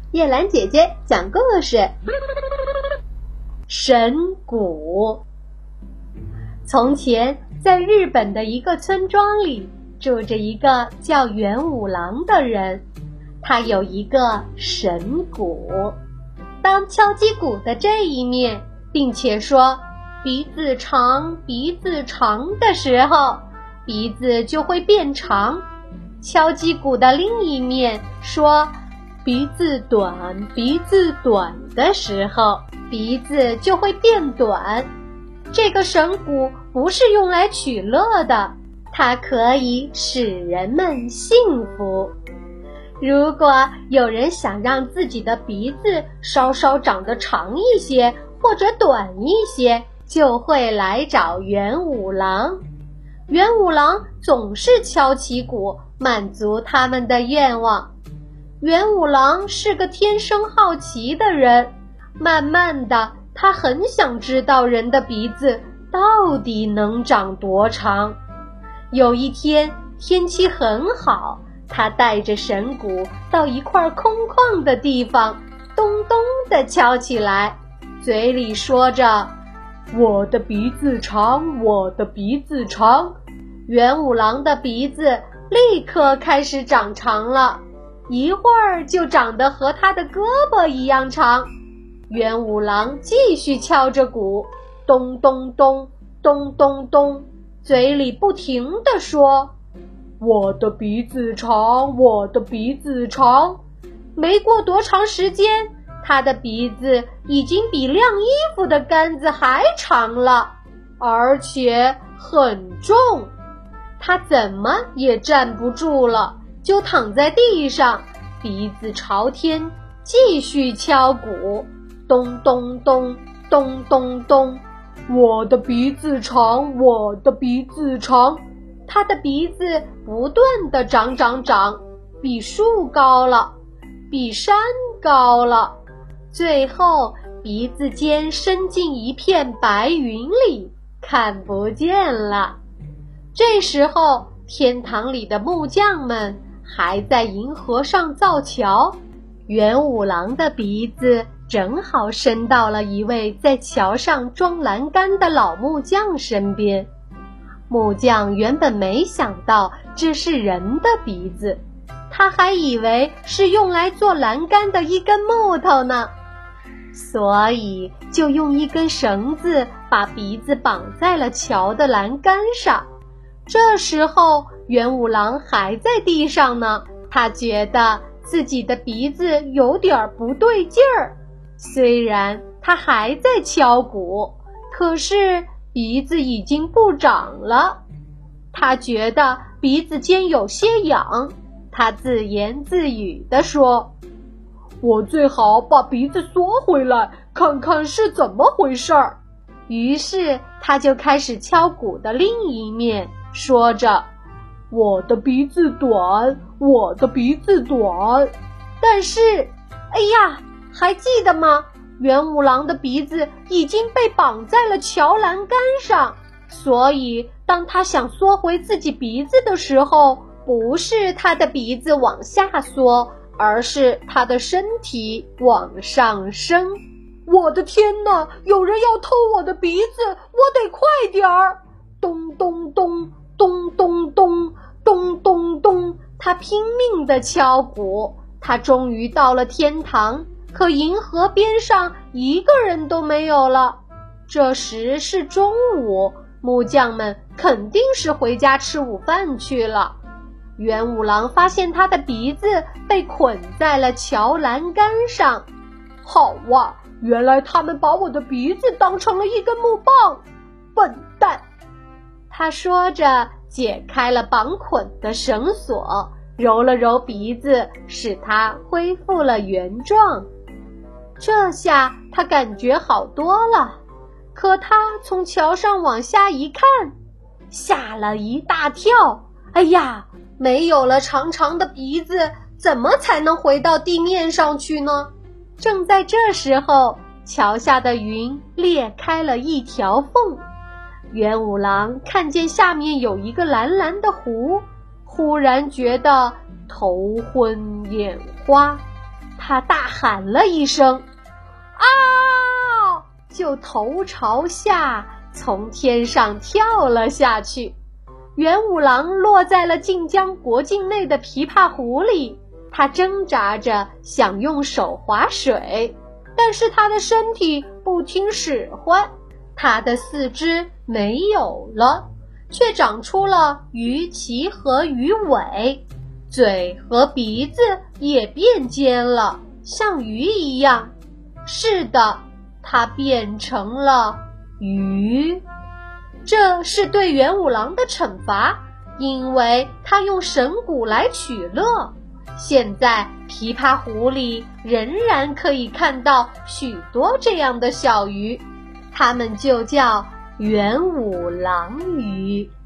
叶兰姐姐讲故事。神谷。从前，在日本的一个村庄里，住着一个叫元五郎的人，他有一个神鼓。当敲击鼓的这一面，并且说鼻子长鼻子长的时候，鼻子就会变长；敲击鼓的另一面说鼻子短鼻子短的时候，鼻子就会变短。这个神鼓不是用来取乐的，它可以使人们幸福。如果有人想让自己的鼻子稍稍长得长一些或者短一些，就会来找元五郎。元五郎总是敲起鼓，满足他们的愿望。元五郎是个天生好奇的人，慢慢的，他很想知道人的鼻子到底能长多长。有一天，天气很好，他带着神鼓到一块空旷的地方，咚咚地敲起来，嘴里说着我的鼻子长我的鼻子长。元五郎的鼻子立刻开始长长了，一会儿就长得和他的胳膊一样长。元五郎继续敲着鼓，咚咚咚咚咚咚，嘴里不停地说我的鼻子长我的鼻子长。没过多长时间，他的鼻子已经比晾衣服的杆子还长了，而且很重。他怎么也站不住了，就躺在地上，鼻子朝天，继续敲鼓，咚咚咚咚咚咚，我的鼻子长我的鼻子长。他的鼻子不断地长，比树高了，比山高了，最后鼻子尖伸进一片白云里，看不见了。这时候，天堂里的木匠们还在银河上造桥，元五郎的鼻子正好伸到了一位在桥上装栏杆的老木匠身边。木匠原本没想到这是人的鼻子，他还以为是用来做栏杆的一根木头呢，所以就用一根绳子把鼻子绑在了桥的栏杆上。这时候元五郎还在地上呢，他觉得自己的鼻子有点不对劲儿。虽然他还在敲鼓，可是鼻子已经不长了。他觉得鼻子尖有些痒，他自言自语地说我最好把鼻子缩回来，看看是怎么回事儿。于是他就开始敲鼓的另一面，说着我的鼻子短我的鼻子短。但是哎呀，还记得吗？元五郎的鼻子已经被绑在了桥栏杆上，所以当他想缩回自己鼻子的时候，不是他的鼻子往下缩，而是他的身体往上升。我的天哪，有人要偷我的鼻子，我得快点儿！咚咚咚咚咚咚咚咚咚，他拼命地敲鼓。他终于到了天堂，可银河边上一个人都没有了。这时是中午，木匠们肯定是回家吃午饭去了。元五郎发现他的鼻子被捆在了桥栏杆上。好啊，原来他们把我的鼻子当成了一根木棒，笨蛋！他说着解开了绑捆的绳索，揉了揉鼻子，使它恢复了原状。这下他感觉好多了，可他从桥上往下一看，吓了一大跳。哎呀，没有了长长的鼻子，怎么才能回到地面上去呢？正在这时候，桥下的云裂开了一条缝，元五郎看见下面有一个蓝蓝的湖，忽然觉得头昏眼花。 他大喊了一声啊，就头朝下从天上跳了下去。元五郎落在了晋江国境内的琵琶湖里，他挣扎着想用手划水，但是他的身体不听使唤，他的四肢没有了，却长出了鱼鳍和鱼尾，嘴和鼻子也变尖了，像鱼一样。是的，他变成了鱼。这是对元五郎的惩罚，因为他用神鼓来取乐。现在琵琶湖里仍然可以看到许多这样的小鱼，它们就叫元五郎鱼。